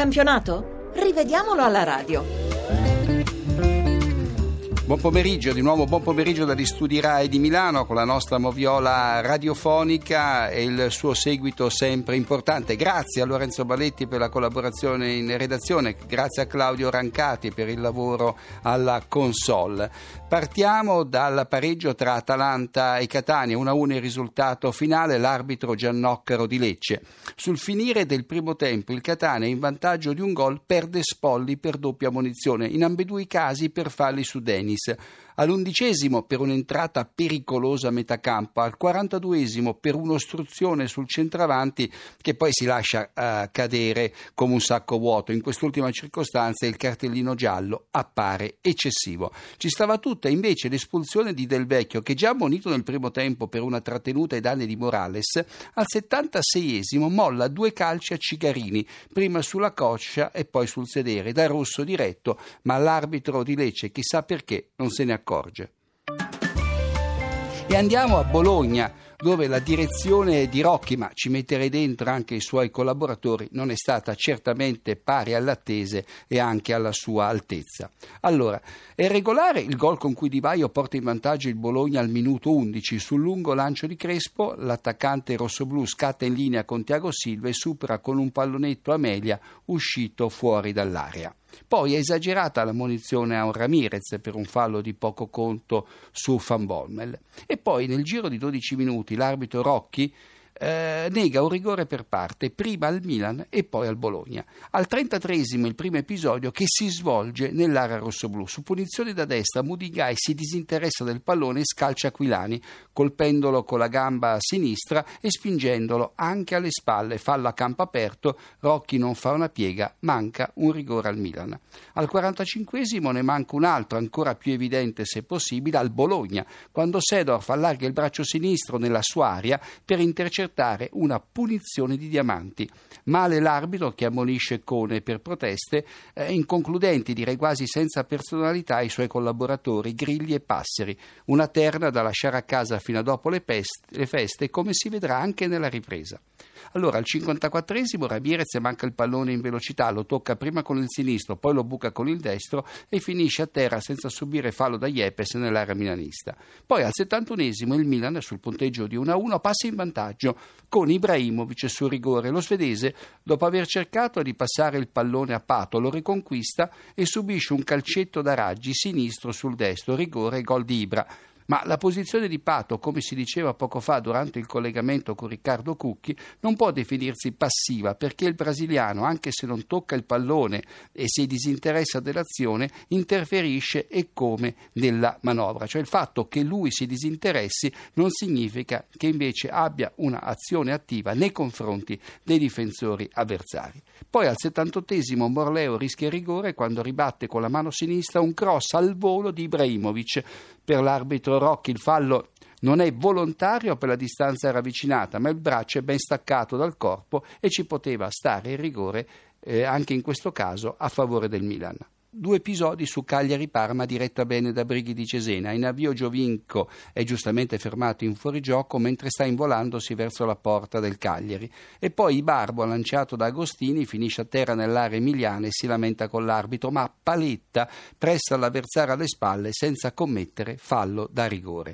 campionato? Rivediamolo alla radio. Buon pomeriggio, di nuovo buon pomeriggio dagli studi Rai di Milano con la nostra moviola radiofonica e il suo seguito sempre importante. Grazie a Lorenzo Baletti per la collaborazione in redazione, grazie a Claudio Rancati per il lavoro alla console. Partiamo dal pareggio tra Atalanta e Catania, 1-1 il risultato finale, l'arbitro Giannoccaro di Lecce. Sul finire del primo tempo il Catania in vantaggio di un gol perde Spolli per doppia ammonizione, in ambedue i casi per falli su Denis. All'11° per un'entrata pericolosa a metà campo, al 42° per un'ostruzione sul centravanti che poi si lascia cadere come un sacco vuoto. In quest'ultima circostanza il cartellino giallo appare eccessivo. Ci stava tutta invece l'espulsione di Del Vecchio, che già ammonito nel primo tempo per una trattenuta ai danni di Morales, al 76° molla 2 calci a Cigarini, prima sulla coscia e poi sul sedere, da rosso diretto, ma l'arbitro di Lecce, chissà perché, non se ne accorge. E andiamo a Bologna, dove la direzione di Rocchi, ma ci metterei dentro anche i suoi collaboratori, non è stata certamente pari alle attese e anche alla sua altezza. Allora, è regolare il gol con cui Di Vaio porta in vantaggio il Bologna al minuto 11. Sul lungo lancio di Crespo, l'attaccante rossoblù scatta in linea con Thiago Silva e supera con un pallonetto Amelia uscito fuori dall'area. Poi è esagerata l'ammonizione a un Ramirez per un fallo di poco conto su Van Bommel. E poi nel giro di 12 minuti l'arbitro Rocchi nega un rigore per parte, prima al Milan e poi al Bologna. Al 33° il primo episodio che si svolge nell'area rossoblù. Su punizione da destra Mudigai si disinteressa del pallone e scalcia Aquilani, colpendolo con la gamba sinistra e spingendolo anche alle spalle. Fallo a campo aperto, Rocchi non fa una piega, manca un rigore al Milan. Al 45° ne manca un altro, ancora più evidente se possibile, al Bologna, quando Seedorf allarga il braccio sinistro nella sua area per intercettare una punizione di Diamanti. Male l'arbitro che ammonisce Cone per proteste inconcludenti, direi quasi senza personalità, i suoi collaboratori Grilli e Passeri. Una terna da lasciare a casa fino a dopo le feste, come si vedrà anche nella ripresa. Allora al 54° Ramirez manca il pallone in velocità, lo tocca prima con il sinistro, poi lo buca con il destro e finisce a terra senza subire fallo da Yepes nell'area milanista. Poi al 71° il Milan, sul punteggio di 1-1, passa in vantaggio con Ibrahimovic sul rigore. Lo svedese, dopo aver cercato di passare il pallone a Pato, lo riconquista e subisce un calcetto da Raggi sinistro sul destro, rigore e gol di Ibra. Ma la posizione di Pato, come si diceva poco fa durante il collegamento con Riccardo Cucchi, non può definirsi passiva, perché il brasiliano, anche se non tocca il pallone e si disinteressa dell'azione, interferisce e come nella manovra. Cioè il fatto che lui si disinteressi non significa che invece abbia un'azione attiva nei confronti dei difensori avversari. Poi al 78° Morleo rischia il rigore quando ribatte con la mano sinistra un cross al volo di Ibrahimovic. Per l'arbitro Rocchi il fallo non è volontario per la distanza ravvicinata, ma il braccio è ben staccato dal corpo e ci poteva stare il rigore anche in questo caso a favore del Milan. 2 episodi su Cagliari-Parma diretta bene da Brighi di Cesena. In avvio Giovinco è giustamente fermato in fuorigioco mentre sta involandosi verso la porta del Cagliari. E poi Ibarbo, lanciato da Agostini, finisce a terra nell'area emiliana e si lamenta con l'arbitro, ma Paletta pressa l'avversario alle spalle senza commettere fallo da rigore.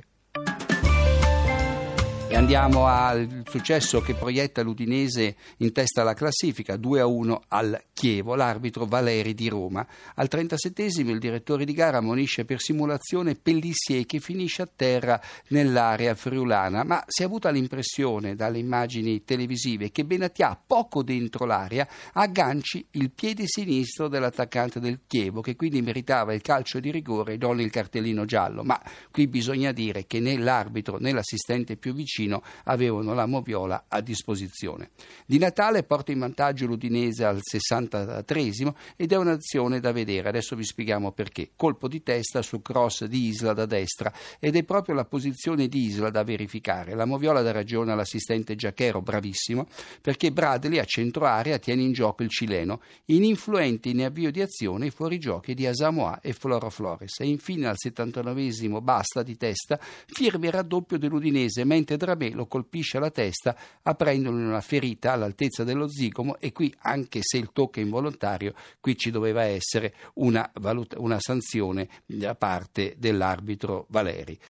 E andiamo al successo che proietta l'Udinese in testa alla classifica, 2-1 al Chievo, l'arbitro Valeri di Roma. Al 37° il direttore di gara ammonisce per simulazione Pellissier che finisce a terra nell'area friulana, ma si è avuta l'impressione dalle immagini televisive che Benatia, poco dentro l'area, agganci il piede sinistro dell'attaccante del Chievo, che quindi meritava il calcio di rigore e non il cartellino giallo, ma qui bisogna dire che né l'arbitro né l'assistente più vicino avevano la moviola a disposizione. Di Natale porta in vantaggio l'Udinese al 63° ed è un'azione da vedere, adesso vi spieghiamo perché. Colpo di testa su cross di Isla da destra ed è proprio la posizione di Isla da verificare. La moviola dà ragione all'assistente Giachero, bravissimo, perché Bradley a centro area tiene in gioco il cileno, ininfluenti in avvio di azione i fuorigiochi di Asamoah e Floro Flores. E infine al 79° Basta di testa firma il raddoppio dell'Udinese mentre Dramé lo colpisce alla testa aprendogli una ferita all'altezza dello zigomo, e qui, anche se il tocco è involontario, qui ci doveva essere una sanzione da parte dell'arbitro Valeri.